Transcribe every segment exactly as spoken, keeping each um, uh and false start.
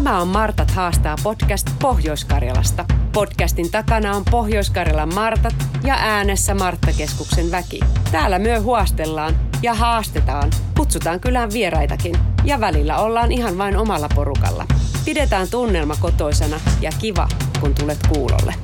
Tämä on Martat haastaa podcast Pohjois-Karjalasta. Podcastin takana on Pohjois-Karjalan Martat ja äänessä Marttakeskuksen väki. Täällä myö huostellaan ja haastetaan, kutsutaan kylään vieraitakin ja välillä ollaan ihan vain omalla porukalla. Pidetään tunnelma kotoisana ja kiva, kun tulet kuulolle.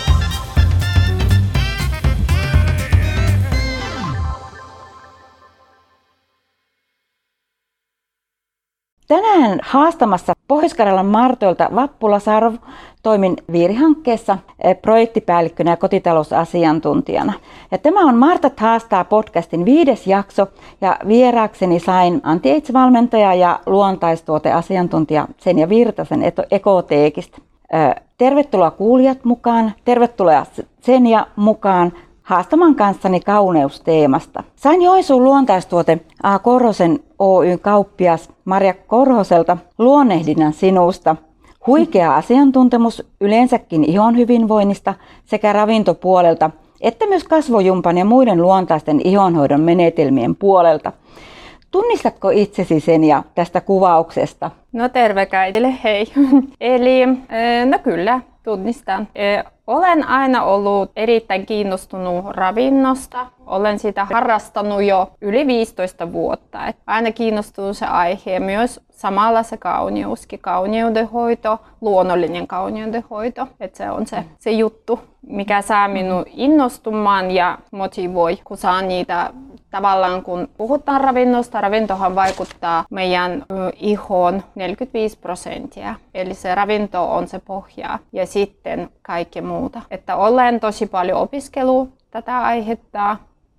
Tänään haastamassa Pohjois-Karjalan Martoilta Vappula Sarv. Toimin Viiri-hankkeessa projektipäällikkönä ja kotitalousasiantuntijana. Ja tämä on Martat haastaa podcastin viides jakso ja vieraakseni sain anti-AIDS-valmentaja ja luontaistuoteasiantuntija Senja Virtasen Ekoteekistä. Tervetuloa kuulijat mukaan, tervetuloa Senja mukaan haastamaan kanssani kauneusteemasta. Sain Joensuun luontaistuote A. Korhosen Oyn kauppias Marja Korhoselta luonnehdinnan sinusta. Huikea asiantuntemus yleensäkin ihon hyvinvoinnista sekä ravintopuolelta, että myös kasvojumpan ja muiden luontaisten ihonhoidon menetelmien puolelta. Tunnistatko itsesi Senja tästä kuvauksesta? No terve kaikille, hei. Eli no kyllä, tunnistan. Olen aina ollut erittäin kiinnostunut ravinnosta. Olen sitä harrastanut jo yli viisitoista vuotta. Et aina kiinnostunut se aihe ja myös samalla se kauneuskin, kauneudenhoito, luonnollinen kauneudenhoito. Et se on se, se juttu, mikä saa minut innostumaan ja motivoi, kun saa niitä tavallaan, kun puhutaan ravinnosta, ravintohan vaikuttaa meidän ihoon neljäkymmentäviisi prosenttia. Eli se ravinto on se pohja ja sitten kaikki muuta. Että olen tosi paljon opiskellut tätä aihetta.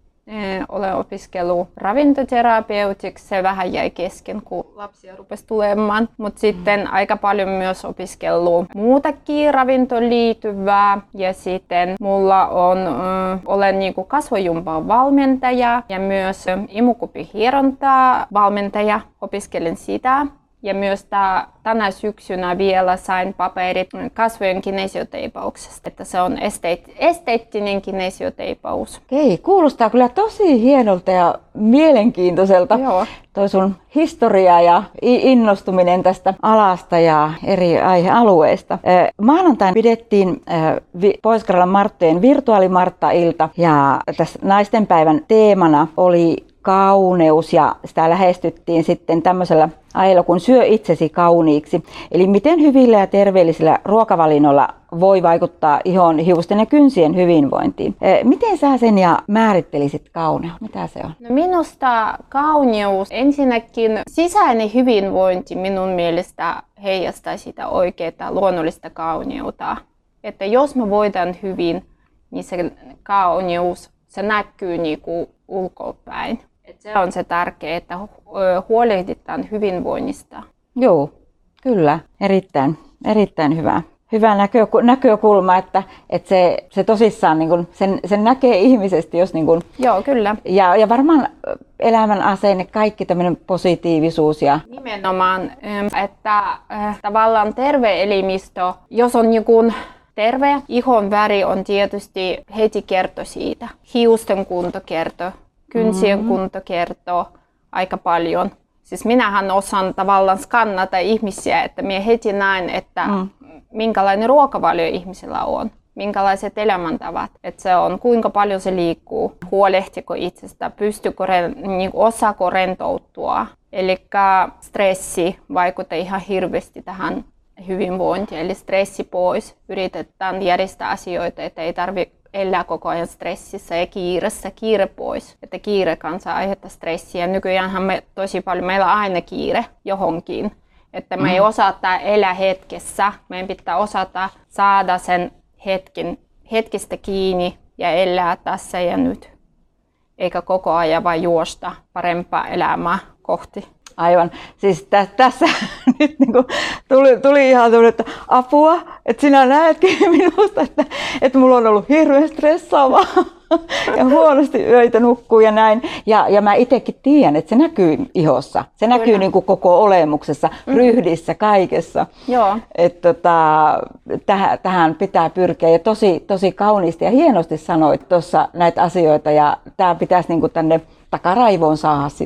Olen opiskellut ravintoterapeutiksi, se vähän jäi kesken, kun lapsia rupesi tulemaan. Mutta sitten aika paljon myös opiskellut muutakin ravintoon liittyvää. Ja sitten mulla on, äh, olen niinku kasvojumpan valmentaja ja myös imukupihierontaa valmentaja. Opiskelin sitä. Ja myös tää, tänä syksynä vielä sain paperit kasvojen kinesioteipauksesta, että se on esteet, esteettinen kinesioteipaus. Okei, kuulostaa kyllä tosi hienolta ja mielenkiintoiselta. Joo. Toi sun historia ja innostuminen tästä alasta ja eri aihealueista. Maanantaina pidettiin Pohjois-Karjalan Marttojen virtuaalimartta-ilta ja tässä naistenpäivän teemana oli kauneus ja sitä lähestyttiin sitten tämmöisellä aiheella kuin syö itsesi kauniiksi. Eli miten hyvillä ja terveellisillä ruokavalinnoilla voi vaikuttaa ihon, hiusten ja kynsien hyvinvointiin. Miten sä sen ja määrittelisit kauneus? Mitä se on? No minusta kauneus, ensinnäkin sisäinen hyvinvointi minun mielestä heijastaa sitä oikeaa luonnollista kauneutta. Että jos me voidaan hyvin, niin se kauneus se näkyy niinku ulkopäin. Et se on se tärkeää, että huolehditaan hyvinvoinnista. Joo, kyllä. Erittäin, erittäin hyvä. Hyvä näkökulma, että, että se, se tosissaan niin kun, sen, sen näkee ihmisestä. Jos, niin kun, Joo, kyllä. Ja, ja varmaan elämän asenne, kaikki tämmöinen positiivisuus. Ja nimenomaan, että äh, tavallaan terve elimistö, jos on niin kun terve, ihon väri on tietysti heti kerto siitä. Hiusten kunto kertoo, kynsien mm-hmm. kunto kertoo aika paljon. Siis minähän osaan tavallaan skannata ihmisiä, että minä heti näen, että mm. minkälainen ruokavalio ihmisillä on, minkälaiset elämäntavat. Että se on, kuinka paljon se liikkuu, huolehtiko itsestä, pystyykö, niin osaako rentoutua. Eli stressi vaikuttaa ihan hirveästi tähän hyvinvointiin, eli stressi pois. Yritetään järjestää asioita, että ei tarvitse elää koko ajan stressissä ja kiireessä, kiire pois. Että kiire kanssa aiheuttaa stressiä. Nykyäänhän me tosi paljon, meillä on aina kiire johonkin. Että me mm. ei osata elää hetkessä. Meidän pitää osata saada sen hetken, hetkistä kiinni ja elää tässä ja nyt. Eikä koko ajan vain juosta parempaa elämää kohti. Aivan. Siis tä, tässä nyt niin kuin tuli, tuli ihan tämmöinen, että apua, että sinä näetkin minusta, että, että mulla on ollut hirveän stressaavaa ja huonosti öitä nukkuu ja näin. Ja, ja mä itsekin tiedän, että se näkyy ihossa. Se näkyy Kyllä. niin kuin koko olemuksessa, mm. ryhdissä, kaikessa. Joo. Et, tota, täh, tähän pitää pyrkiä. Ja tosi, tosi kauniisti ja hienosti sanoit tuossa näitä asioita. Ja tämä pitäisi niin kuin tänne takaraivoon saada sitten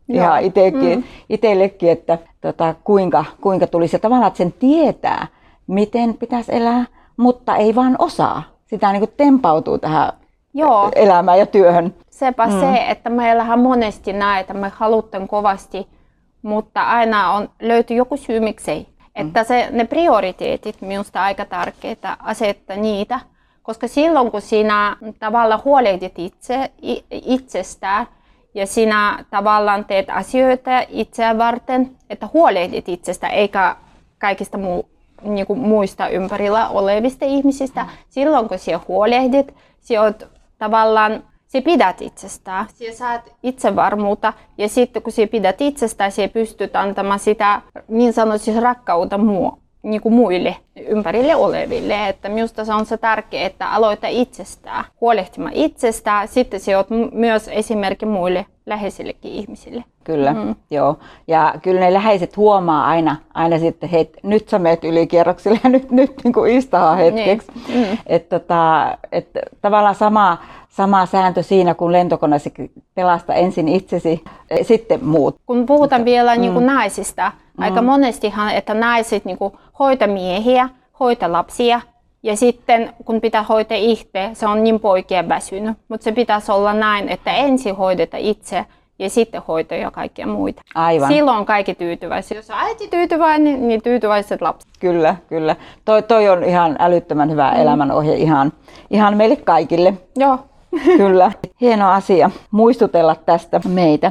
ihan itekin, mm. itsellekin, että tota, kuinka, kuinka tulisi. Ja tavallaan, että sen tietää, miten pitäisi elää, mutta ei vaan osaa. Sitä niin kuin tempautuu tähän Joo. elämään ja työhön. Sepä mm. se, että meillähän monesti näitä, me halutaan kovasti, mutta aina on, löytyy joku syy, miksei. Että se, ne prioriteetit minusta aika tärkeää asettaa niitä, koska silloin kun sinä tavallaan huolehdit itse, itsestään ja sinä tavallaan teet asioita itseä varten, että huolehdit itsestä eikä kaikista muu, niin kuin muista ympärillä olevista ihmisistä, mm. silloin kun sinä huolehdit, sinä olet tavallaan sinä pidät itsestään, sinä saat itsevarmuutta ja sitten kun sinä pidät itsestään, sinä pystyt antamaan sitä niin sanotusti rakkautta muu, niin kuin muille ympärille oleville. Että minusta se on se tärkeää, että aloita itsestään, huolehtimaan itsestään, sitten sinä olet myös esimerkki muille läheisillekin ihmisille. Kyllä, mm. joo. Ja kyllä ne läheiset huomaa aina, aina sitten, että nyt sä meet ylikierroksille ja nyt, nyt niin kuin istahaa hetkeksi. Niin. Mm. Että tota, et tavallaan sama, sama sääntö siinä, kun lentokoneessa pelasta ensin itsesi, sitten muut. Kun puhutaan että, vielä mm. niin kuin naisista, mm. aika monestihan, että naiset niin kuin hoitaa miehiä, hoitaa lapsia. Ja sitten kun pitää hoitaa itse, se on niin poikia väsynyt. Mutta se pitäisi olla näin, että ensin hoideta itse ja sitten hoitaa jo kaikkia muita. Aivan. Silloin on kaikki tyytyväisiä. Jos on äiti tyytyväinen, niin tyytyväiset lapset. Kyllä, kyllä. Toi, toi on ihan älyttömän hyvä mm. elämänohje ihan, ihan meille kaikille. Joo. Kyllä. Hieno asia muistutella tästä meitä.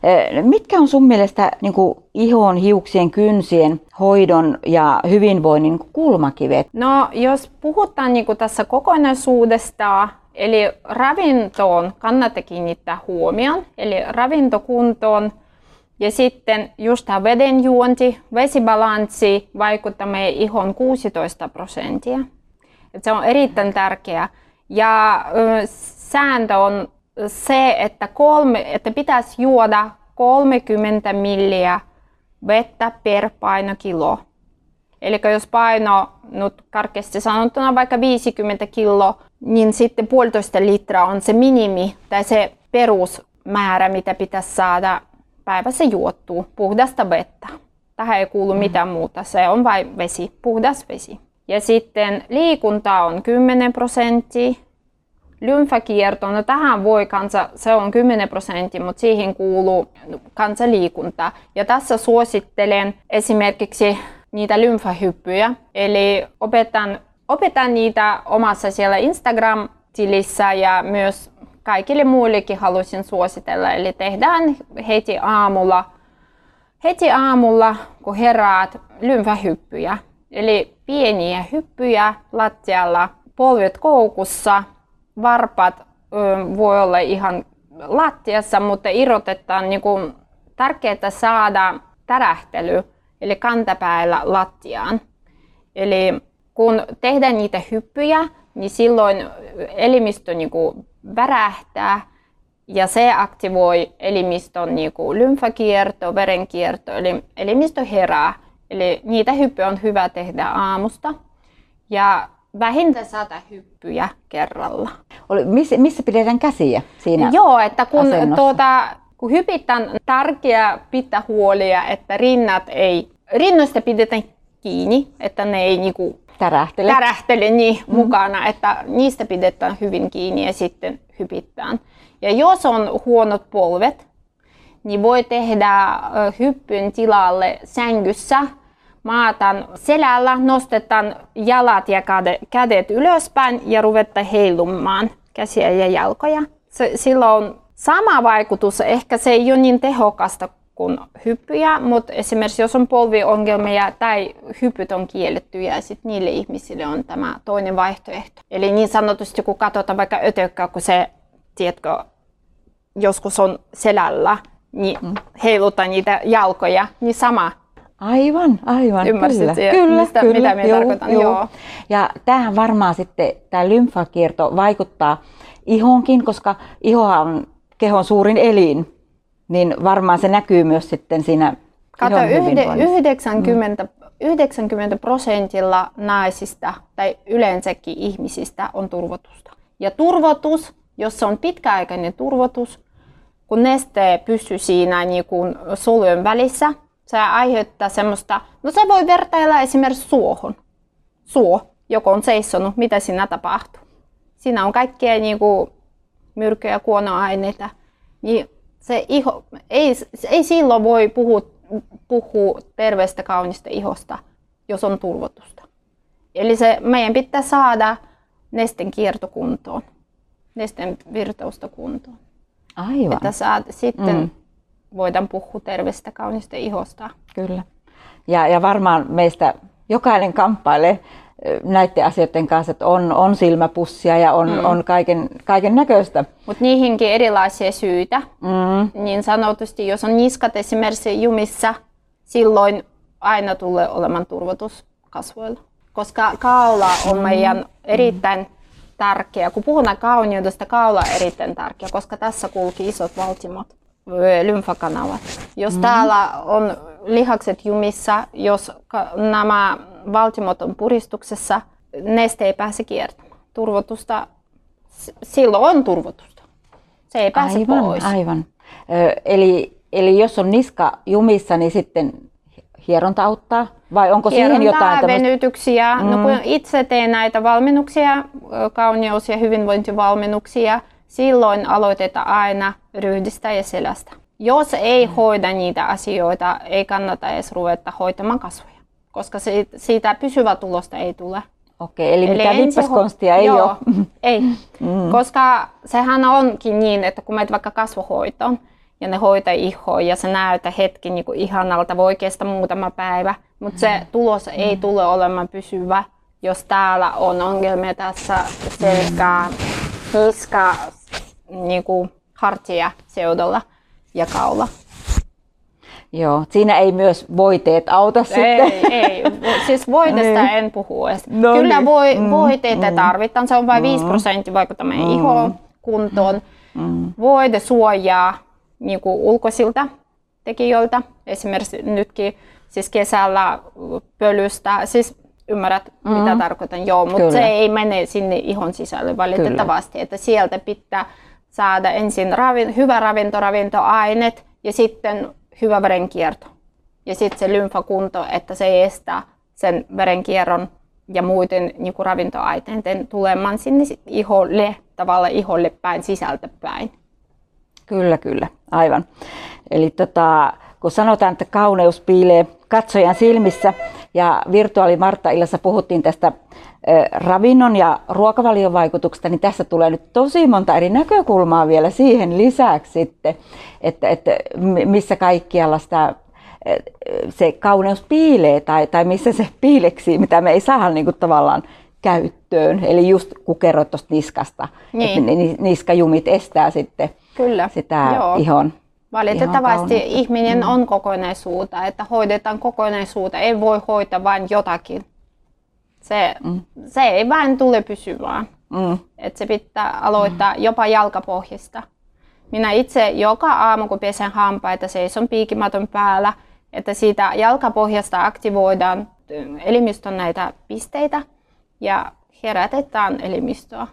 Mitkä on sun mielestä niin kuin ihon, hiuksien, kynsien hoidon ja hyvinvoinnin kulmakivet? No jos puhutaan niin kuin tässä kokonaisuudesta, eli ravintoon kannattaa kiinnittää huomioon, eli ravintokuntoon ja sitten just tämä vedenjuonti, vesibalanssi vaikuttaa meidän ihon kuusitoista prosenttia. Et se on erittäin tärkeää. Ja ö, sääntö on se, että, kolme, että pitäisi juoda kolmekymmentä milliä vettä per painokilo. Eli jos paino, nyt karkeasti sanottuna vaikka viisikymmentä kiloa, niin sitten puolitoista litraa on se minimi tai se perusmäärä, mitä pitäisi saada päivässä juottua, puhdasta vettä. Tähän ei kuulu mitään muuta, se on vain vesi, puhdas vesi. Ja sitten liikunta on kymmenen prosenttia. Lymfakierto, no tähän voi kanssa, se on kymmenen prosenttia, mutta siihen kuuluu kanssa liikunta. Ja tässä suosittelen esimerkiksi niitä lymfahyppyjä. Eli opetan, opetan niitä omassa siellä Instagram-tilissä ja myös kaikille muillekin haluaisin suositella. Eli tehdään heti aamulla, heti aamulla kun heräät, lymfahyppyjä. Eli pieniä hyppyjä lattialla, polvet koukussa. Varpat ö, voi olla ihan lattiassa, mutta irrotetaan niin kuin, tärkeää saada tärähtely, eli kantapäällä lattiaan. Eli kun tehdään niitä hyppyjä, niin silloin elimistö niin kuin, värähtää ja se aktivoi elimistön niin kuin, lymfakierto, verenkierto, eli elimistö herää. Eli niitä hyppyjä on hyvä tehdä aamusta. Ja vähintään sata hyppyjä kerralla. Missä, missä pidetään käsiä siinä Joo, että kun, tuota, kun hypitään, tärkeää pitää huolia, että rinnat ei, rinnoista pidetään kiinni, että ne ei niinku tärähtele, tärähtele niin mm-hmm. mukana, että niistä pidetään hyvin kiinni ja sitten hypitään. Ja jos on huonot polvet, niin voi tehdä hyppyn tilalle sängyssä. Maataan selällä, nostetaan jalat ja kädet ylöspäin ja ruvetaan heilumaan käsiä ja jalkoja. Se, sillä on sama vaikutus, ehkä se ei ole niin tehokasta kuin hyppyjä, mutta esimerkiksi jos on polviongelmia tai hypyt on kiellettyjä, ja sitten niille ihmisille on tämä toinen vaihtoehto. Eli niin sanotusti kun katsotaan vaikka ötökkää, kun se, tiedätkö, joskus on selällä, niin heilutaan niitä jalkoja, niin sama. Aivan, aivan. Ymmärsit kyllä, siihen, kyllä, mistä, kyllä, mitä minä joo, tarkoitan? Joo. Joo. Ja tämähän varmaan sitten, tämä lymfakierto vaikuttaa ihonkin, koska ihohan on kehon suurin elin, niin varmaan se näkyy myös sitten siinä Kato, yhdeksänkymmentä, yhdeksänkymmentä prosentilla naisista tai yleensäkin ihmisistä on turvotusta. Ja turvotus, jos se on pitkäaikainen turvotus, kun neste pysyy siinä niin kuin solujen välissä, se aiheuttaa semmoista, no se voi vertailla esimerkiksi suohon. Suo, joka on seisonut, mitä siinä tapahtuu. Siinä on kaikkea niin kuin myrkkyjä ja kuonoaineita. Niin se iho, ei, ei silloin voi puhua, puhua terveestä kaunista ihosta, jos on turvotusta. Eli se, meidän pitää saada nesten kiertokuntoon, nesten virtausta kuntoon. Aivan. Että saat, sitten mm. voidaan puhua terveestä kaunista ihosta. Kyllä. Ja, ja varmaan meistä jokainen kamppailee näiden asioiden kanssa, että on, on silmäpussia ja on, mm. on kaiken, kaiken näköistä. Mutta niihinkin erilaisia syitä. Mm. Niin sanotusti, jos on niskat esimerkiksi jumissa, silloin aina tulee olemaan turvotus kasvoilla. Koska kaula on meidän erittäin tärkeä. Kun puhutaan kauneudesta, kaula on erittäin tärkeä, koska tässä kulki isot valtimot, lymfakanavat. Jos mm. täällä on lihakset jumissa, jos nämä valtimot on puristuksessa, neste ei pääse kiertämään. Turvotusta, silloin on turvotusta. Se ei pääse aivan, pois. Aivan. Ö, eli, eli jos on niska jumissa, niin sitten hieronta auttaa? Vai onko Hierontaa, siihen jotain tämmöistä? venytyksiä. Mm. No, kun itse teen näitä valmennuksia, kauneus- ja hyvinvointivalmennuksia, silloin aloitetaan aina ryhdistä ja selästä. Jos ei mm. hoida niitä asioita, ei kannata edes ruveta hoitamaan kasvoja, koska siitä pysyvää tulosta ei tule. Okei, eli, eli mitään vippaskonstia ei joo, ole? Ei, mm. koska sehän onkin niin, että kun menet vaikka kasvohoitoon ja ne hoitaa ihoa ja se näyttää hetki niin kuin ihanalta, voi kestää muutama päivä, mutta mm. se tulos mm. ei tule olemaan pysyvä, jos täällä on ongelmia tässä selkää, niska, niin kuin hartia seudulla ja kaula. Joo, siinä ei myös voiteet auta ei, sitten. Ei, siis voiteesta niin. en puhu edes. No Kyllä niin. voi, mm, voiteita mm, tarvitaan, se on vain mm, viisi prosenttia vaikuttaa meidän mm, ihoon kuntoon. Mm. Voide suojaa niin kuin ulkoisilta tekijöiltä, esimerkiksi nytkin siis kesällä pölystä, siis ymmärrät mm. mitä tarkoitan, joo, mutta se ei mene sinne ihon sisälle valitettavasti, Kyllä. että sieltä pitää saada ensin ravin, hyvä ravinto, ravintoaineet ja sitten hyvä verenkierto ja sitten se lymfakunto, että se estää sen verenkierron ja muiden niin kuin ravintoaineiden tulemaan sinne iholle, tavallaan iholle päin, sisältä päin. Kyllä, kyllä, aivan. Eli tota, kun sanotaan, että kauneus piilee katsojan silmissä ja virtuaali Martta-illassa puhuttiin tästä ravinnon ja ruokavalion vaikutuksesta, niin tässä tulee nyt tosi monta eri näkökulmaa vielä siihen lisäksi sitten, että, että missä kaikkialla sitä, se kauneus piilee tai, tai missä se piileksii, mitä me ei saada niin kuin tavallaan käyttöön. Eli just kun kerroit tuosta niskasta, niin. että niskajumit estää sitten Kyllä. sitä Joo. ihon. Valitettavasti ihon ihminen mm. on kokonaisuutta, että hoidetaan kokonaisuutta, ei voi hoitaa vain jotakin. Se, mm. se ei vain tule pysyvään. Mm. Et se pitää aloittaa mm. jopa jalkapohjista. Minä itse joka aamu, kun pesen hampaita, seison piikimaton päällä, että siitä jalkapohjasta aktivoidaan elimistön näitä pisteitä ja herätetään elimistöä.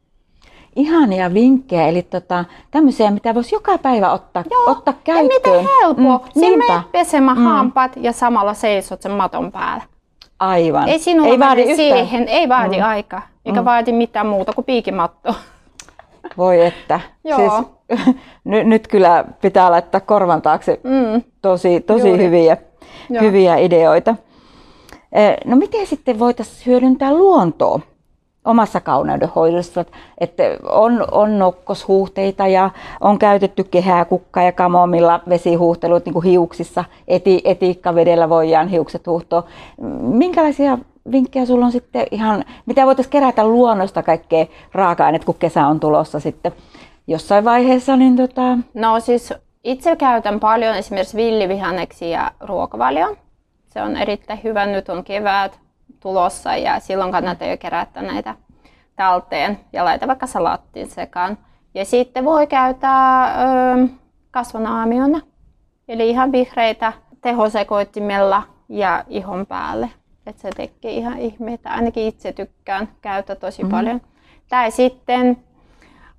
Ihania vinkkejä, eli tota, tämmöisiä, mitä voisi joka päivä ottaa, Joo, ottaa käyttöön. Joo, miten helppo. Mm, Siinä menet pesemään mm. hampaat ja samalla seisot sen maton päällä. Aivan. Ei sinulla ei vaadi siihen, ei vaadi mm. aikaa, eikä mm. vaadi mitään muuta kuin piikimatto. Voi että. Siis, n- nyt kyllä pitää laittaa korvan taakse mm. tosi, tosi hyviä, hyviä ideoita. No miten sitten voitaisiin hyödyntää luontoa omassa kauneudenhoidossa, että on, on nokkoshuuhteita ja on käytetty kehää, kukkaa ja kamomilla vesihuhtelut niin kuin hiuksissa, eti, etiikkavedellä voidaan hiukset huuhtoa. Minkälaisia vinkkejä sulla on sitten ihan, mitä voitaisiin kerätä luonnosta kaikkea raaka-aineet, kun kesä on tulossa sitten jossain vaiheessa? Niin tota... No siis itse käytän paljon esimerkiksi villivihanneksia ja ruokavalion. Se on erittäin hyvä, nyt on kevät tulossa ja silloin kannattaa jo kerätä näitä talteen ja laita vaikka salaattiin sekaan. Ja sitten voi käyttää ö, kasvonaamiona, eli ihan vihreitä tehosekoittimella ja ihon päälle. Et se tekee ihan ihmeitä, ainakin itse tykkään käyttää tosi mm-hmm. paljon. Tai sitten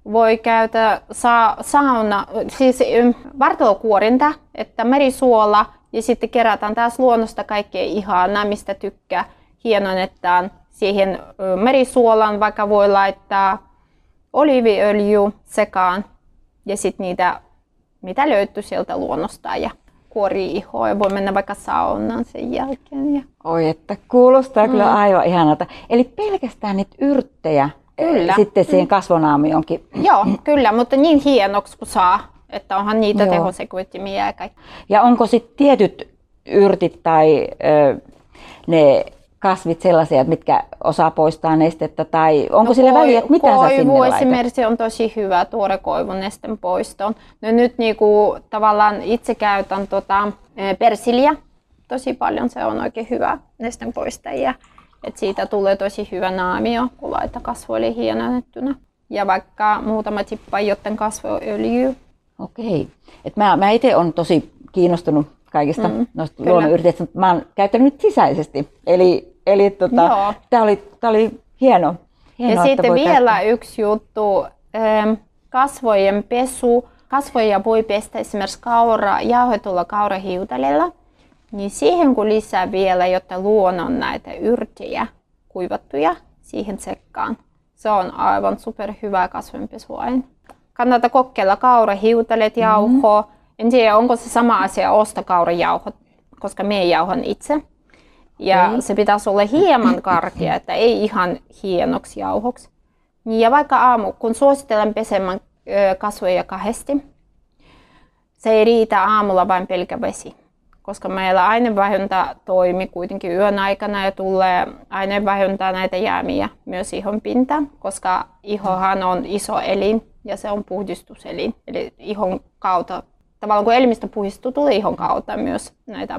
voi käydä sa- sauna, siis vartalokuorinta, että merisuola ja sitten kerätään taas luonnosta kaikkea ihanaa, mistä tykkää. Hienonnetaan siihen merisuolan, vaikka voi laittaa oliiviöljy sekaan ja sitten niitä, mitä löytyy sieltä luonnosta ja kuorii ihoa ja voi mennä vaikka saunaan sen jälkeen. Ja... Oi, että kuulostaa mm. kyllä aivan ihanalta. Eli pelkästään niitä yrttejä kyllä. sitten siihen kasvonaamioonkin. Joo, kyllä, mutta niin hienoksi kuin saa, että onhan niitä tehosekoittimia ja kaikki. Ja onko sitten tietyt yrtit tai ö, ne kasvit sellaisia, mitkä osaa poistaa nestettä, tai onko no, sillä väliä, että mitä sä sinne koivu laitat? Esimerkiksi on tosi hyvä tuore koivun nesten poistoon. No nyt niinku, tavallaan itse käytän tota, persiliä tosi paljon, se on oikein hyvä nesten poistajia. Et siitä tulee tosi hyvä naamio, kun laittaa kasvoille hienonnettuna. Ja vaikka muutama tippa joten kasvoöljyä. Okei. Et mä mä itse olen tosi kiinnostunut kaikista mm, noista luonnonyrteistä, mutta mä oon käyttänyt nyt sisäisesti. Eli, eli tota, tää oli, tää oli hieno. hieno ja sitten vielä käyttää. Yksi juttu, kasvojen pesu. Kasvoja voi pestä esimerkiksi kaura, jauhetulla kaurahiutalilla. Niin siihen kun lisää vielä, jotta luonnon näitä yrttejä kuivattuja siihen sekkaan. Se on aivan superhyvä kasvojenpesuaine. Kannattaa kokeilla kaurahiutalet, jauhoa. Mm-hmm. En tiedä, onko se sama asia ostakaurajauhot, koska minä jauhan itse. Ja mm-hmm. se pitäisi olla hieman karkea, että ei ihan hienoksi jauhoksi. Ja vaikka aamu, kun suosittelen pesemään kasvoja kahdesti, se ei riitä aamulla vain pelkä vesi. Koska meillä aineenvaihdunta toimii kuitenkin yön aikana ja tulee aineenvaihduntaa näitä jäämiä myös ihon pintaan, koska ihohan on iso elin ja se on puhdistuselin. Eli ihon kautta, tavallaan kun elimistö puhdistuu, tulee ihon kautta myös näitä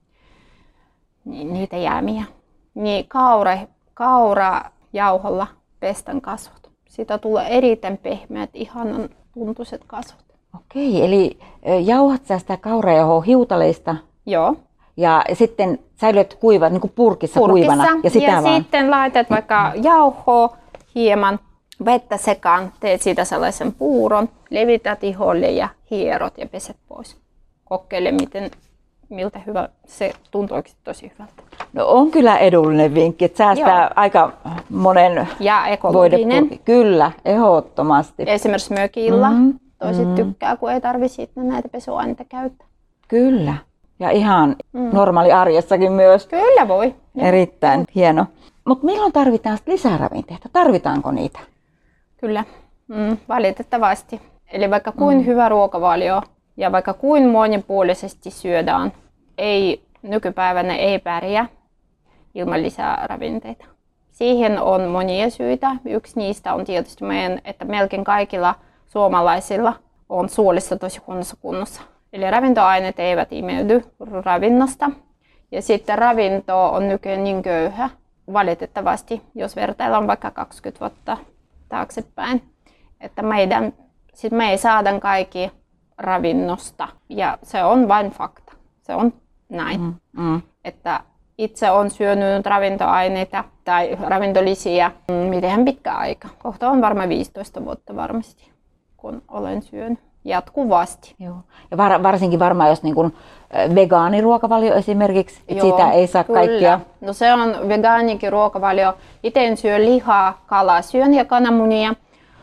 niitä jäämiä. Niin kaura, kaurajauholla pestän kasvot. Siitä tulee erittäin pehmeät, ihanan tuntuiset kasvot. Okei, eli jauhat sä sitä kaurajauhoa hiutaleista? Joo. Ja sitten säilyt kuivat, niin kuin purkissa, purkissa kuivana. Ja, sitä ja vaan. Sitten laitat vaikka jauhoa, hieman vettä sekaan, teet siitä sellaisen puuron, levität iholle ja hierot ja peset pois. Kokeile, miten, miltä hyvä se tuntuu oikeasti tosi hyvältä. No on kyllä edullinen vinkki, että säästää Joo. aika monen ja ekologinen. Voidepurki. Kyllä, ehdottomasti. Esimerkiksi mökillä mm-hmm. toiset mm-hmm. tykkää, kun ei tarvitse näitä pesuaineita käyttää. Kyllä. Ja ihan mm. normaali arjessakin myös. Kyllä voi. Erittäin ja. hieno. Mutta milloin tarvitaan lisää ravinteita? Tarvitaanko niitä? Kyllä, mm, valitettavasti. Eli vaikka kuin mm. hyvä ruokavalio ja vaikka kuin monipuolisesti syödään, ei, nykypäivänä ei pärjää ilman lisää ravinteita. Siihen on monia syitä. Yksi niistä on tietysti meidän, että melkein kaikilla suomalaisilla on suolissa tosi huonossa kunnossa. Eli ravintoaineet eivät imeydy ravinnosta. Ja sitten ravinto on nykyään niin köyhä, valitettavasti, jos vertaillaan vaikka kaksikymmentä vuotta taaksepäin. Että meidän, sit me ei saada kaikki ravinnosta. Ja se on vain fakta. Se on näin. Mm, mm. Että itse olen syönyt ravintoaineita tai ravintolisiä miten pitkä aika. Kohta on varmaan viisitoista vuotta varmasti, kun olen syönyt. Jatkuvasti. Joo. Ja var, varsinkin varmaan, jos niin kuin vegaaniruokavalio esimerkiksi, että siitä ei saa kyllä. kaikkia. No se on vegaanikin ruokavalio. Itse en syö lihaa, kalaa, syön ja kananmunia.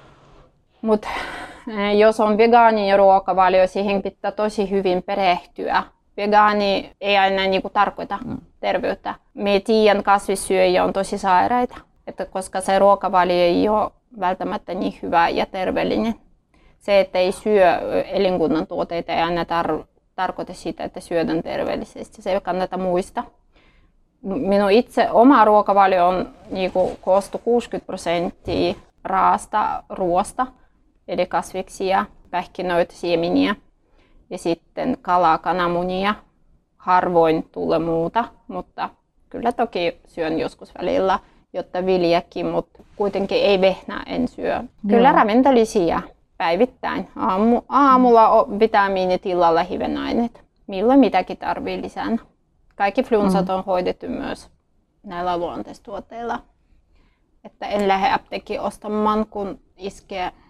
Mutta jos on vegaani ruokavalio, siihen pitää tosi hyvin perehtyä. Vegaani ei aina niin kuin tarkoita mm. terveyttä. Me tiedän, kasvissyöjiä on tosi sairaita, että koska se ruokavalio ei ole välttämättä niin hyvä ja terveellinen. Se, että ei syö elinkunnan tuotteita, ei aina tar- tarkoita sitä, että syödään terveellisesti. Se ei kannata muistaa. Minun itse oma ruokavalio on niin koostu kuusikymmentä prosenttia raasta ruoasta, eli kasviksia, pähkinöitä, siemeniä ja sitten kalaa, kananmunia. Harvoin tulee muuta, mutta kyllä toki syön joskus välillä, jotta viljakin, mutta kuitenkin ei vehnää, en syö. Kyllä ravintolisia. Päivittäin. Aamu, aamulla on vitamiinit, illalla hivenaineet. Milloin mitäkin tarvii lisää. Kaikki flunssat on hoidettu myös näillä luonteistuotteilla. Että en lähde apteekkiin ostamaan, kun iskee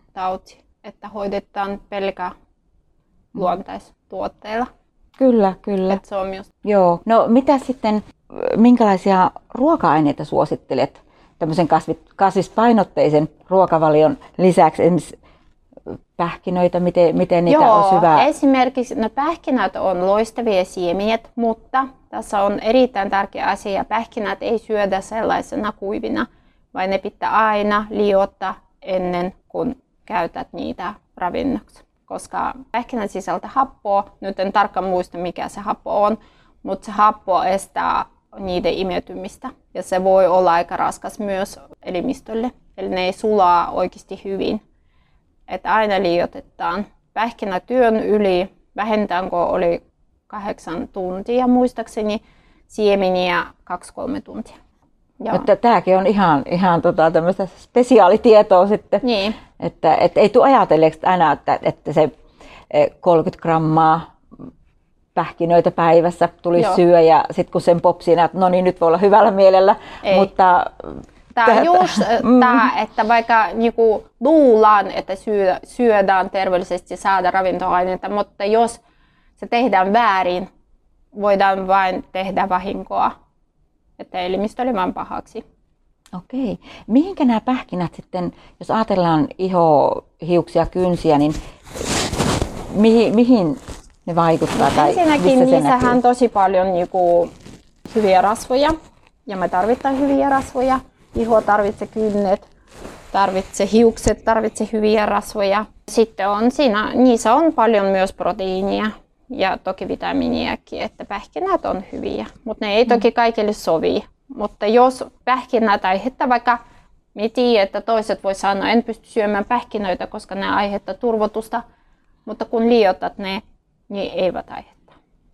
tauti, että hoidetaan pelkä luontaistuotteilla. Kyllä, kyllä. Et se on just... Joo. No mitä sitten, minkälaisia ruoka-aineita suosittelet tämmöisen kasvit, kasvispainotteisen ruokavalion lisäksi? Esimerkiksi pähkinöitä, miten, miten niitä Joo, on hyvä? Esimerkiksi no, pähkinät on loistavia siemeniä, mutta tässä on erittäin tärkeä asia. Pähkinät ei syödä sellaisena kuivina, vaan ne pitää aina liottaa ennen kuin käytät niitä ravinnoksi. Koska pähkinät sisältää happoa, nyt en tarkkaan muista mikä se happo on, mutta se happo estää niiden imeytymistä ja se voi olla aika raskas myös elimistölle, eli ne ei sulaa oikeasti hyvin. Että aina liiotetaan. Pähkinätyön yli vähintään kun oli kahdeksan tuntia muistaakseni, siemeniä kaksi kolme tuntia. Mutta tämäkin on ihan, ihan tota, tämmöistä spesiaalitietoa sitten, niin. että et ei tule ajatelleeksi aina, että, että se kolmekymmentä grammaa pähkinöitä päivässä tulisi Joo. syö ja sitten kun sen popsii, että no niin nyt voi olla hyvällä mielellä, ei. mutta... Tämä on just mm. tämä, että vaikka niinku luullaan, että syödään terveellisesti saada ravintoaineita, mutta jos se tehdään väärin, voidaan vain tehdä vahinkoa, että elimistö oli vain pahaksi. Okei. Mihinkä nämä pähkinät sitten, jos ajatellaan iho, hiuksia, kynsiä, niin mihin, mihin ne vaikuttaa? Tai ensinnäkin niissähän on tosi paljon niinku hyviä rasvoja ja me tarvitaan hyviä rasvoja. Iho tarvitsee kynnet, tarvitsee hiukset, tarvitsee hyviä rasvoja. Sitten on siinä, niissä on paljon myös proteiinia ja toki vitamiiniakin, että pähkinät on hyviä, mutta ne ei toki kaikille sovi. Mutta jos pähkinät aiheuttaa vaikka, me tiedän, että toiset voi sanoa, en pysty syömään pähkinöitä, koska ne aiheuttaa turvotusta, mutta kun liiotat ne, niin eivät aiheuttaa.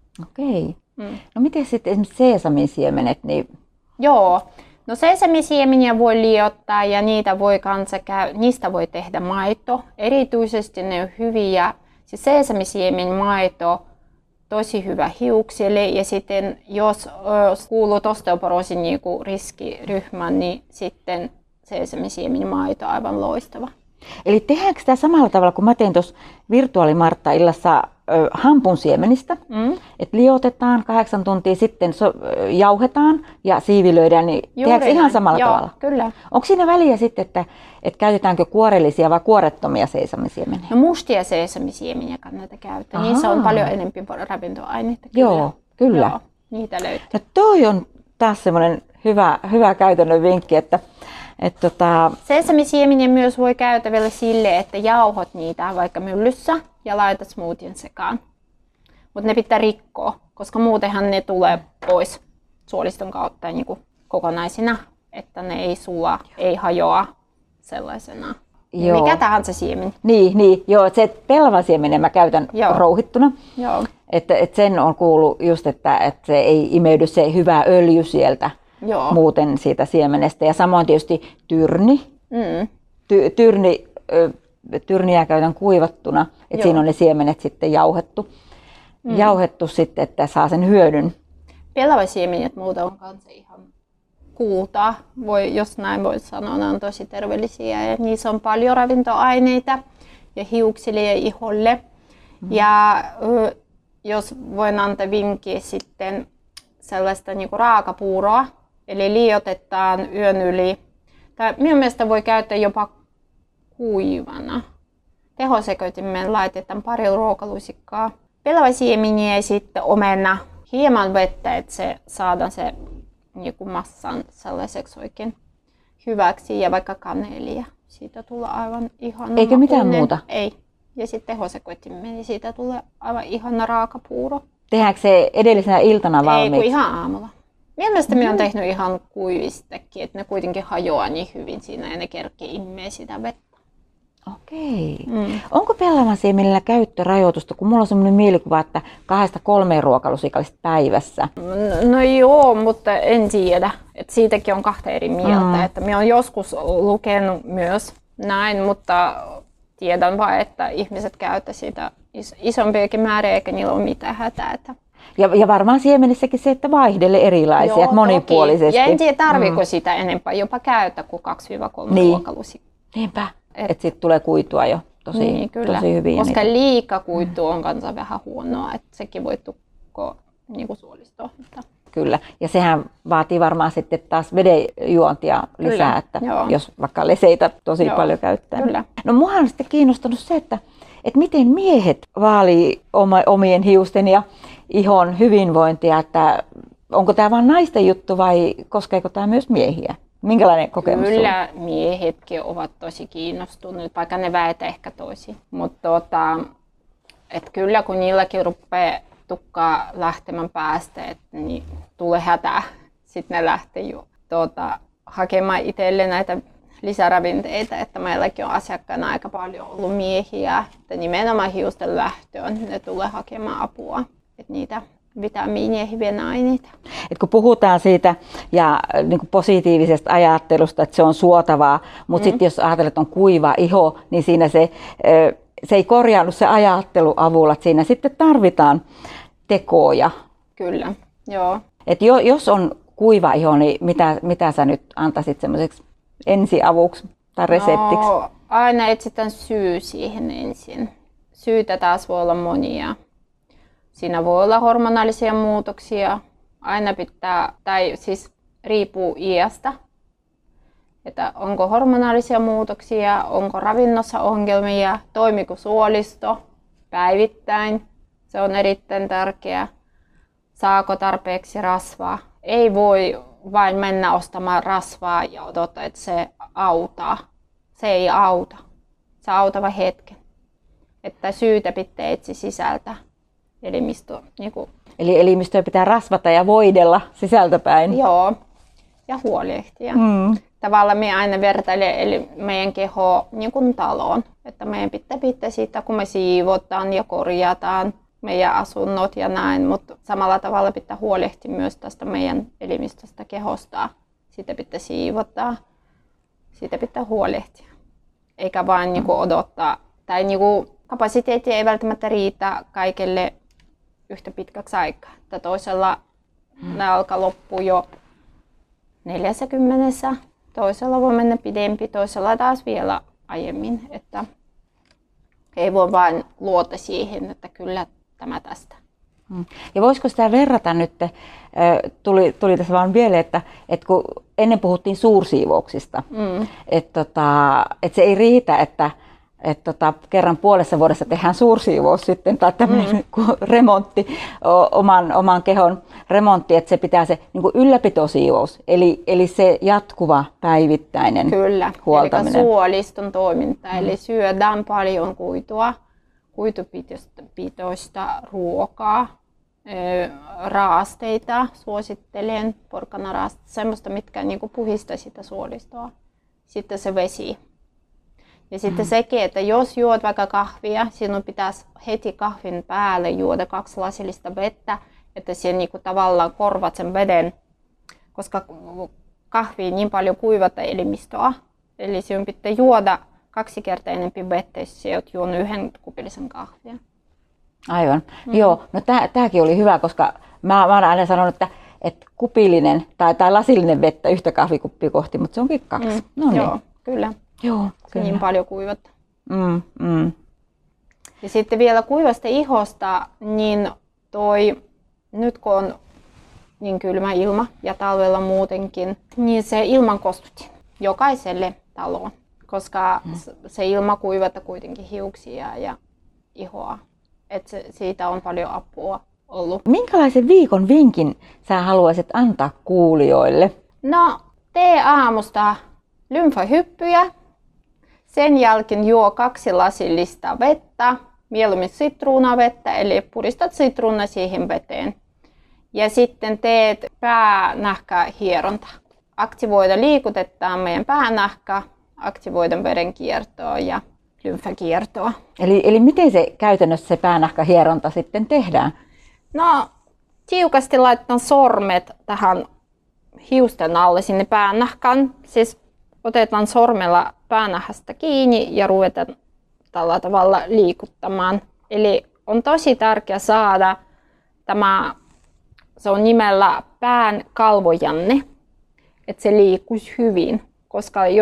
Okei. Mm. No miten sitten esimerkiksi seesaminsiemenet? Niin... Joo. No sesamisiemeniä voi liottaa ja niitä voi kanssa käy, niistä voi tehdä maito. Erityisesti ne on hyviä. Siis sesamisiemen maito tosi hyvä hiuksille ja sitten jos kuulut osteoporoosin niinku riskiryhmään, niin sitten sesamisiemen maito aivan loistava. Eli tehdäänkö sitä samalla tavalla kuin mä tein tuossa virtuaalimartta-illassa ö, hampunsiemenistä, mm. että liotetaan kahdeksan tuntia, sitten so, ö, jauhetaan ja siivilöidään, niin Juuri tehdäänkö ihan samalla Joo, tavalla? Kyllä. Onko siinä väliä sitten, että, että käytetäänkö kuorellisia vai kuorettomia sesamisiemeniä? No mustia sesamisiemeniä kannattaa käyttää, Ahaa. niissä on paljon enemmän ravintoaineita. Kyllä. Joo, kyllä. Joo, niitä löytyy. No toi on taas semmoinen hyvä, hyvä käytännön vinkki, että Et tota... Sesamisiemeniä myös voi käyttää vielä sille, että jauhot niitä vaikka myllyssä ja laitat smoothien sekaan. Mutta ne pitää rikkoa, koska muutenhan ne tulee pois suoliston kautta niin kuin kokonaisina, että ne ei sula, ei hajoa sellaisena. Joo. Mikä tahansa siemen. Niin, niin joo, että se pellavasiemenen mä käytän joo. rouhittuna. Joo. Että, että sen on kuullut just, että, että se ei imeydy se hyvä öljy sieltä. Joo. Muuten siitä siemenestä. Ja samoin tietysti tyrni. Mm. Ty, tyrni tyrniä käytän kuivattuna, että siinä on ne siemenet sitten jauhettu. Mm. Jauhettu sitten, että saa sen hyödyn. Pellavasiemenet muuta on kanssa ihan kultaa, voi, jos näin voi sanoa, ne on tosi terveellisiä ja niissä on paljon ravintoaineita ja hiuksille ja iholle. Mm. Ja jos voin antaa vinkkiä sitten sellaista niinku raakapuuroa, eli liotetaan yön yli. Tai minun mielestä voi käyttää jopa kuivana. Tehosekoitimeen laitetaan pari ruokalusikkaa. Pellavasiemeniä ja sitten omena. Hieman vettä, että se saadaan se niinku massan sellaiseksi oikein hyväksi. Ja vaikka kanelia. Siitä tulee aivan ihana. Eikä mitään makuinen. Muuta? Ei. Ja sitten tehosekoitimeen, niin siitä tulee aivan ihana raakapuuro. Tehdäänkö se edellisenä iltana valmiiksi? Ei, kun ihan aamulla. Mielestäni mm-hmm. minä olen tehnyt ihan kuivistakin, että ne kuitenkin hajoaa niin hyvin siinä ja ne kerkee immee sitä vettä. Okei. Mm. Onko pellavansiemillä käyttörajoitusta, kun mulla on sellainen mielikuva, että kahdesta kolmeen ruokalusikallista päivässä? No, no joo, mutta en tiedä. Et siitäkin on kahta eri mieltä. Mm. Että minä olen joskus lukenut myös näin, mutta tiedän vain, että ihmiset käyttävät sitä isompiakin määriä eikä niillä ole mitään hätää. Ja, ja varmaan siemenissäkin se, että vaihdelle erilaisia, Joo, monipuolisesti. Ja en tiedä, tarviiko mm. sitä enempää jopa käyttää kuin kaksi kolme niin. ruokalusikkaa. Niinpä. että et siitä tulee kuitua jo tosi, niin, kyllä. tosi hyvin. Koska niitä. liikakuitu on kanssa vähän huonoa, että sekin voi tukkoa niin suolistoon. Kyllä, ja sehän vaatii varmaan sitten taas vedenjuontia lisää, Kyllä, että joo. jos vaikka leseitä tosi Joo, paljon käyttää. kyllä. No mua on sitten kiinnostunut se, että, että miten miehet vaalii oma, omien hiusten ja ihon hyvinvointia, että onko tämä vain naisten juttu vai koskeeko tämä myös miehiä? Minkälainen kokemus Kyllä sulla? Miehetkin ovat tosi kiinnostuneet, vaikka ne väitä ehkä toisin. Mutta tota, et kyllä kun niilläkin rupeaa tukkaa lähtemään päästä, et, niin tulee hätää. Sitten ne lähtee jo tuota, hakemaan itselle näitä lisäravinteita, että meilläkin on asiakkaana aika paljon ollut miehiä, että nimenomaan hiusten lähtöön ne tulee hakemaan apua, että niitä vitamiinia ja hyviä aineita. Et kun puhutaan siitä ja niin kuin positiivisesta ajattelusta, että se on suotavaa, mutta mm. sitten jos ajatellaan, että on kuiva iho, niin siinä se, se ei korjaannu se ajattelu avulla, että siinä sitten tarvitaan tekoja. Kyllä, joo. Et jo, jos on kuiva iho, niin mitä, mitä sä nyt antaisit semmoiseksi ensiavuksi tai reseptiksi? No, aina etsitään syy siihen ensin. Syytä taas voi olla monia. Siinä voi olla hormonaalisia muutoksia. Aina pitää, tai siis riippuu iästä, että onko hormonaalisia muutoksia, onko ravinnossa ongelmia, toimiko suolisto päivittäin. Se on erittäin tärkeää. Saako tarpeeksi rasvaa? Ei voi vain mennä ostamaan rasvaa ja odottaa, että se auttaa. Se ei auta. Se auttaa vain hetken. Että syytä pitää etsiä sisältä. Elimistö, niin kuin. Eli elimistöä pitää rasvata ja voidella sisältäpäin. Joo, ja huolehtia. Mm. Tavallaan me aina vertailee eli meidän kehoa niin kuin taloon. Että meidän pitää pitää siitä, kun me siivotaan ja korjataan meidän asunnot ja näin, mutta samalla tavalla pitää huolehtia myös tästä meidän elimistöstä kehosta. Sitä pitää siivottaa, siitä pitää huolehtia. Eikä vain niin kuin odottaa, tai niin kuin kapasiteetti ei välttämättä riitä kaikille yhtä pitkäksi aikaa. Että toisella hmm. ne alkaa loppua jo neljässäkymmenessä, toisella voi mennä pidempi, toisella taas vielä aiemmin. Että ei voi vain luota siihen, että kyllä tämä tästä. Ja voisiko sitä verrata nyt, tuli, tuli tässä vaan vielä, että, että kun ennen puhuttiin suursiivouksista, mm. että, tota, että se ei riitä, että että tota, kerran puolessa vuodessa tehdään suursiivous sitten, tai tämmöinen mm. remontti, oman, oman kehon remontti, että se pitää se niin kuin ylläpitosiivous, eli, eli se jatkuva päivittäinen Kyllä, huoltaminen. Eli suoliston toiminta, mm. eli syödään paljon kuitua, kuitupitoista ruokaa, raasteita, suosittelen, porkkanaraasta, semmoista, mitkä niin kuin puhistaa sitä suolistoa. Sitten se vesi. Ja sitten mm. sekin, että jos juot vaikka kahvia, sinun pitäisi heti kahvin päälle juoda kaksi lasillista vettä, että sinä niin kuin tavallaan korvat sen veden, koska kahvi niin paljon kuivata elimistöä. Eli sinun pitää juoda kaksi kertaa enemmän vettä, jos sinä olet juonut yhden kupillisen kahvia. Aivan. Mm. Joo, no tämäkin oli hyvä, koska mä, mä olen aina sanonut, että, että kupillinen tai, tai lasillinen vettä yhtä kahvikuppia kohti, mutta se onkin kaksi. Mm. No niin. Joo, kyllä. Joo, kyllä. Niin paljon kuivat. Mm, mm. Ja sitten vielä kuivasta ihosta, niin toi, nyt kun on niin kylmä ilma ja talvella muutenkin, niin se ilman kostutin jokaiselle taloon, koska mm. se ilma kuivata kuitenkin hiuksia ja ihoa. Et se, siitä on paljon apua ollut. Minkälaisen viikon vinkin sä haluaisit antaa kuulijoille? No, tee aamusta lymfahyppyjä. Sen jälkeen juo kaksi lasillista vettä, mieluummin sitruunavettä, eli puristat sitruuna siihen veteen. Ja sitten teet päänahkahieronta. Aktivoida liikutetaan meidän päänahka, aktivoida verenkiertoa ja lymfakiertoa. Eli, eli miten se käytännössä se päänahkahieronta sitten tehdään? No, tiukasti laitetaan sormet tähän hiusten alle sinne päänahkaan. Siis otetaan sormella päänahasta kiinni ja ruvetaan tällä tavalla liikuttamaan. Eli on tosi tärkeää saada tämä, se on nimellä pään kalvojanne, että se liikkuisi hyvin. Koska jos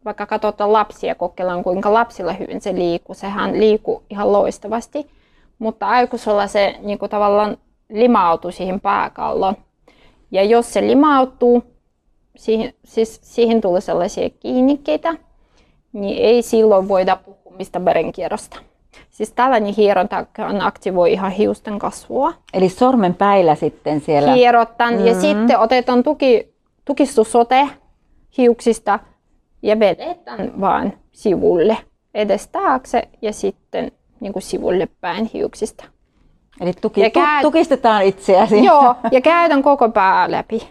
vaikka katsotaan lapsia, kokeillaan kuinka lapsilla hyvin se liikkuu. Sehän liikkuu ihan loistavasti, mutta aikuisella se niin kuin tavallaan limautuu siihen pääkalloon. Ja jos se limautuu, siihen, siis siihen tulee sellaisia kiinnikkeitä, niin ei silloin voida puhua mistä verenkierrosta. Siis tällainen hieronta aktivoi ihan hiusten kasvua. Eli sormen päillä sitten siellä? Hierotan mm-hmm. ja sitten otetaan tuki, tukistusote hiuksista ja vedetään vaan sivulle edes taakse ja sitten niin kuin sivulle päin hiuksista. Eli tuki, tu, käy... tukistetaan itseäsi. Joo, ja käydään koko pää läpi.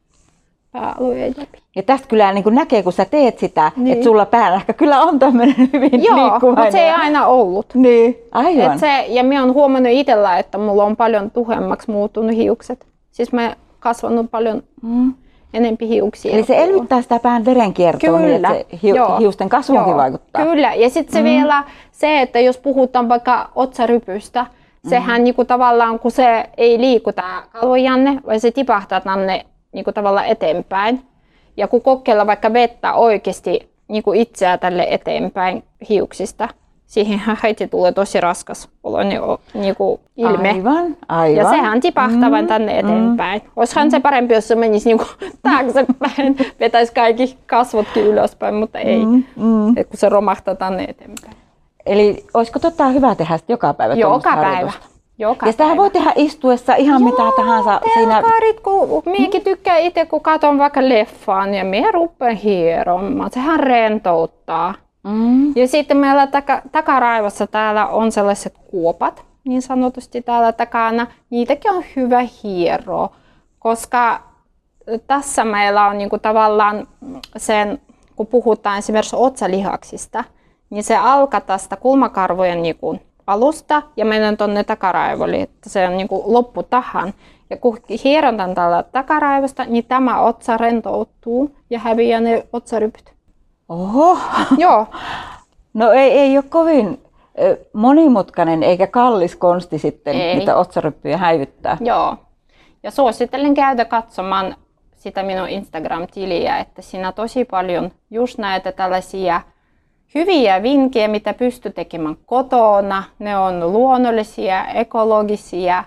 Pääalueen läpi. Ja tästä kyllä niin kuin näkee, kun sä teet sitä, niin. Että sulla päänahka kyllä on tämmöinen hyvin Joo, liikkuvainen. mutta se ei aina ollut. Niin, aivan. Et se, ja minä olen huomannut itsellä, että mulla on paljon tuhemmaksi muuttunut hiukset. Siis mä kasvanut paljon mm. enempi hiuksia. Eli se elvyttää sitä pään verenkiertoa, niin että se hi- hiusten kasvuunkin Joo. vaikuttaa. Kyllä, ja sitten se mm. vielä se, että jos puhutaan vaikka otsarypystä, sehän mm. niinku tavallaan, kun se ei liiku tää kalvojanne, vaan se tipahtaa tänne niinku tavallaan eteenpäin. Ja kun kokeilla vaikka vettä oikeasti niinku itseä tälle eteenpäin hiuksista, siihenhän heti tulee tosi raskas olo, niinku ilme. Aivan, aivan. Ja sehän tipahtaa mm. vain tänne eteenpäin. Mm. Olisihan se parempi, jos se menisi niinku taaksepäin, vetäisi kaikki kasvotkin ylöspäin, mutta ei, mm. Mm. kun se romahtaa tänne eteenpäin. Eli olisiko totta hyvä tehdä joka päivä? Joka päivä. Joka ja sitähän voi tehdä istuessa ihan Joo, mitä tahansa. Siinä... kun minäkin tykkään itse, kun katson vaikka leffaan ja minä rupean hieromaan. Sehän rentouttaa. Mm. Ja sitten meillä taka, takaraivossa täällä on sellaiset kuopat, niin sanotusti täällä takana. Niitäkin on hyvä hieroa, koska tässä meillä on niinku tavallaan sen, kun puhutaan esimerkiksi otsalihaksista, niin se alkaa tästä kulmakarvojen niinku alusta ja menen tuonne takaraivolle, että se on niinku loppu tähän. Ja kun hierontan tällä takaraivosta, niin tämä otsa rentoutuu ja häviää ne otsarypyt. Oho! Joo. No ei, ei ole kovin monimutkainen eikä kallis konsti sitten ei. Niitä otsaryppyjä häivyttää. Joo. Ja suosittelen käydä katsomaan sitä minun Instagram-tiliä, että siinä tosi paljon just näitä tällaisia hyviä vinkkejä, mitä pystyy tekemään kotona. Ne on luonnollisia, ekologisia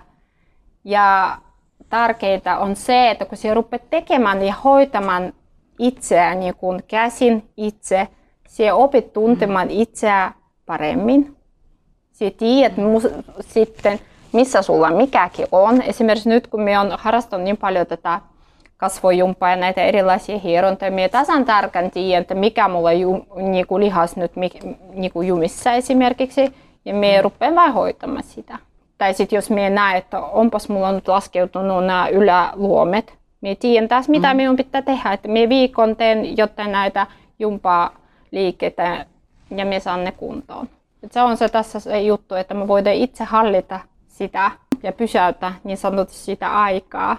ja tärkeintä on se, että kun sinä rupeat tekemään ja hoitamaan itseään niin kuin käsin itse, sinä opit tuntemaan itseään paremmin. Sinä tiedät sitten, missä sulla mikäkin on. Esimerkiksi nyt kun minä olen harrastanut niin paljon tätä kasvojumpaa ja näitä erilaisia hierontoja, minä tasan tarkkaan tiedän, että mikä mulla on niin kuin lihas nyt niin kuin jumissa esimerkiksi, ja minä rupean vain hoitamaan sitä. Tai sitten jos minä näen, että onpas mulla nyt laskeutunut nämä yläluomet, minä tiedän taas mitä mm. minun pitää tehdä, että minä viikon teen jotain näitä jumpaa liikkeitä ja minä saan ne kuntoon. Et se on se tässä se juttu, että me voidaan itse hallita sitä ja pysäyttää niin sanotusti sitä aikaa.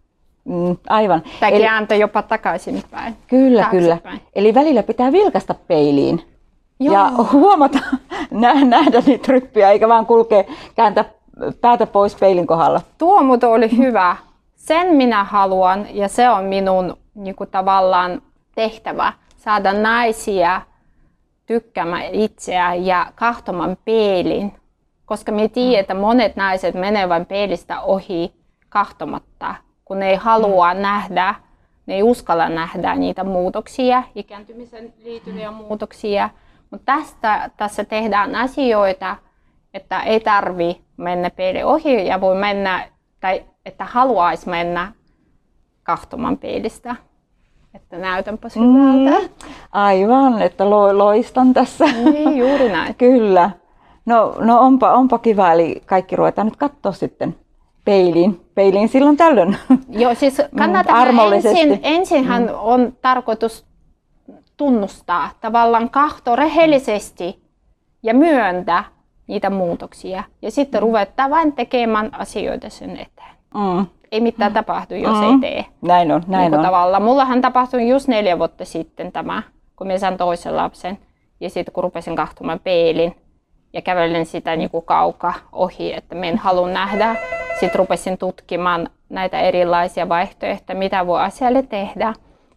Mm, aivan. Tai Eli... kääntää jopa takaisinpäin. Kyllä, kyllä. Eli välillä pitää vilkaista peiliin. Joo. Ja huomata, nähdä niitä ryppiä, eikä vaan kulkea kääntää päätä pois peilin kohdalla. Tuo muuten oli hyvä. Sen minä haluan ja se on minun niin kuin tavallaan tehtävä. Saada naisia tykkäämään itseään ja kahtomaan peilin. Koska me tiedän, että monet naiset menevät peilistä ohi kahtomatta. Kun ne ei halua mm. nähdä, ne ei uskalla nähdä niitä muutoksia, ikääntymisen liittyviä muutoksia. Mutta tästä tässä tehdään asioita, että ei tarvi mennä peilin ohi ja voi mennä, tai että haluaisi mennä kahtomaan peilistä. Että näytänpäs hyvältä. Mm, aivan, että lo, loistan tässä. Niin, juuri näin. Kyllä. No, no onpa, onpa kiva, eli kaikki ruvetaan nyt katsoa sitten peiliin, peiliin silloin tällöin. Joo, siis kannattaa ensin, ensinhän mm. on tarkoitus tunnustaa, tavallaan kahto rehellisesti ja myöntää niitä muutoksia. Ja sitten mm. ruvetaan vain tekemään asioita sen eteen. Mm. Ei mitään mm. tapahdu, jos mm. ei tee. Näin on, näin niin on. Tavalla. Mullahan tapahtui just neljä vuotta sitten tämä, kun minä sain toisen lapsen. Ja sitten kun rupesin kahtomaan peilin ja kävelen sitä niin kuin kaukaa ohi, että minä en halua nähdä. Sitten rupesin tutkimaan näitä erilaisia vaihtoehtoja, mitä voi asialle tehdä.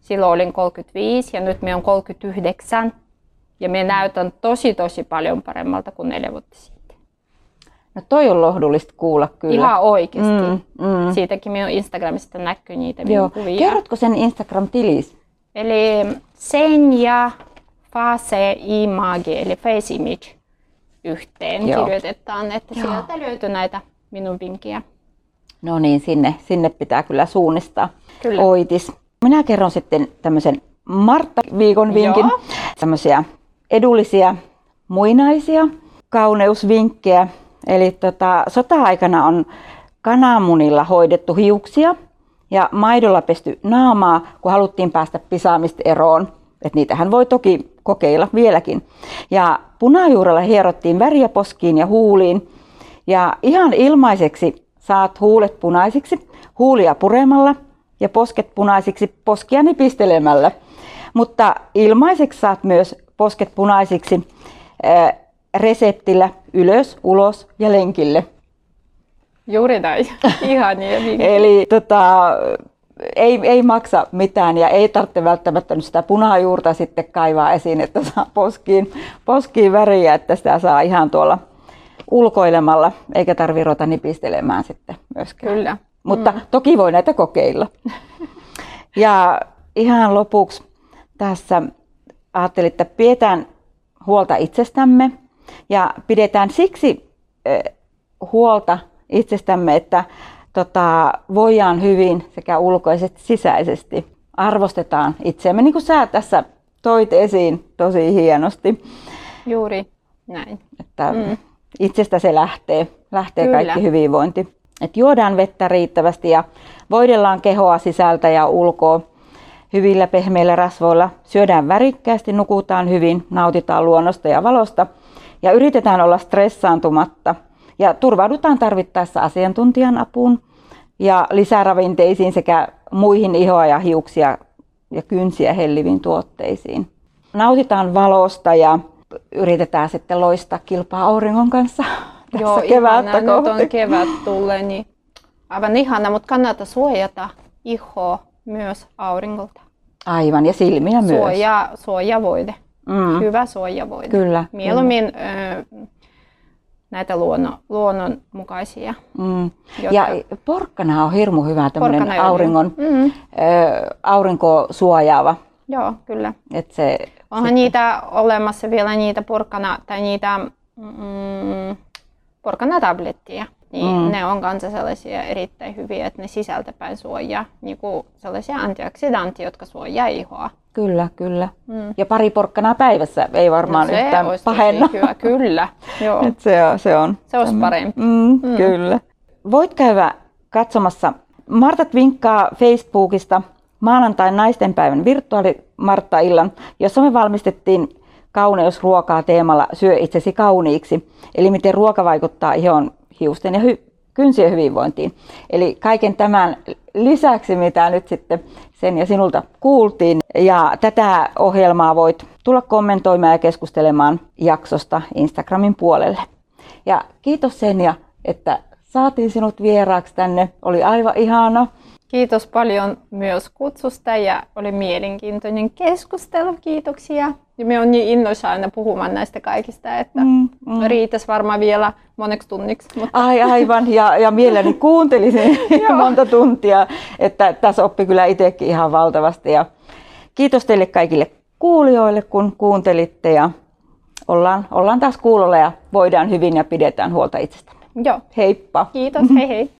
Silloin olin kolmekymmentäviisi ja nyt minä olen kolmekymmentäyhdeksän. Ja minä näytän tosi tosi paljon paremmalta kuin neljä vuotta sitten. No toi on lohdullista kuulla kyllä. Ihan oikeasti. Mm, mm. Siitäkin minun Instagramista näkyy niitä Joo. kuvia. Kerrotko sen Instagram-tilis? Eli Senja Face Image, eli Face Image yhteen Joo. kirjoitetaan, että Joo. sieltä löytyy näitä minun vinkkejä. No niin, sinne, sinne pitää kyllä suunnistaa. Kyllä. Oitis. Minä kerron sitten tämmöisen Martta-viikon vinkin. Joo. Tämmöisiä edullisia muinaisia kauneusvinkkejä. Eli tota, sota-aikana on kananmunilla hoidettu hiuksia ja maidolla pesty naamaa, kun haluttiin päästä pisaamista eroon. Et niitähän voi toki kokeilla vieläkin. Ja punajuurella hierottiin väriä poskiin ja huuliin. Ja ihan ilmaiseksi saat huulet punaisiksi huulia puremalla ja posket punaisiksi poskia nipistelemällä. Mutta ilmaiseksi saat myös posket punaisiksi ää, reseptillä ylös, ulos ja lenkille. Juuri näin. Ihania vinkkejä. Eli tota, ei, ei maksa mitään ja ei tarvitse välttämättä nyt sitä punajuurta sitten kaivaa esiin, että saa poskiin, poskiin väriä, että sitä saa ihan tuolla ulkoilemalla, eikä tarvitse ruveta nipistelemään sitten myöskään. Kyllä. Mutta mm. toki voi näitä kokeilla. Ja ihan lopuksi tässä ajattelin, että pidetään huolta itsestämme ja pidetään siksi äh, huolta itsestämme, että tota, voidaan hyvin sekä ulkoisesti sisäisesti. Arvostetaan itseämme, niin kuin sä tässä toit esiin tosi hienosti. Juuri näin. Että Mm. itsestä se lähtee, lähtee Kyllä. kaikki hyvinvointi. Et juodaan vettä riittävästi ja voidellaan kehoa sisältä ja ulkoa hyvillä pehmeillä rasvoilla. Syödään värikkäästi, nukutaan hyvin, nautitaan luonnosta ja valosta ja yritetään olla stressaantumatta. Ja turvaudutaan tarvittaessa asiantuntijan apuun ja lisäravinteisiin sekä muihin ihoa ja hiuksia ja kynsiä helliviin tuotteisiin. Nautitaan valosta ja yritetään sitten loistaa kilpaa auringon kanssa tässä Joo, kevättä ihana. kohti. Nyt on kevät tulee, niin aivan ihana, mutta kannattaa suojata ihoa myös auringolta. Aivan, ja silmiä myös. Suoja, suojavoide. Mm. Hyvä suojavoide. Kyllä. Mieluummin ö, näitä luonnon, luonnonmukaisia. Mm. Jotka... Ja porkkana on hirmu hyvä tämmöinen Porkkana auringon, mm. ö, aurinkoa suojaava. Joo, kyllä. Et se, Onhan sitten... niitä olemassa vielä niitä porkkana tai niitä mm, porkkanatablettia. Niin mm. ne on kanssa sellaisia erittäin hyviä, että ne sisältäpäin suojaa niin kuin sellaisia antioksidantteja, jotka suojaa ihoa. Kyllä, kyllä. Mm. Ja pari porkkanaa päivässä ei varmaan no, yhtään olisi pahenna. Hyvä, kyllä. Joo. Et se on, se on. Se olisi parempi. Mm, Mm. Kyllä. Voit käydä katsomassa Martat vinkkaa Facebookista maanantain naistenpäivän virtuaali-Martta-illan, jossa me valmistettiin kauneusruokaa teemalla Syö itsesi kauniiksi. Eli miten ruoka vaikuttaa ihon, hiusten ja hy- kynsien hyvinvointiin. Eli kaiken tämän lisäksi, mitä nyt sitten sen ja sinulta kuultiin. Ja tätä ohjelmaa voit tulla kommentoimaan ja keskustelemaan jaksosta Instagramin puolelle. Ja kiitos Senja, että saatiin sinut vieraaksi tänne. Oli aivan ihana. Kiitos paljon myös kutsusta ja oli mielenkiintoinen keskustelu. Kiitoksia. Ja me on niin innoissa aina puhumaan näistä kaikista, että mm, mm. riittäisi varmaan vielä moneksi tunniksi. Mutta... Ai, aivan, ja, ja mielelläni kuuntelisin monta tuntia, että tässä oppi kyllä itsekin ihan valtavasti. Ja kiitos teille kaikille kuulijoille, kun kuuntelitte ja ollaan, ollaan taas kuulolla ja voidaan hyvin ja pidetään huolta itsestämme. Joo. Heippa! Kiitos, hei hei!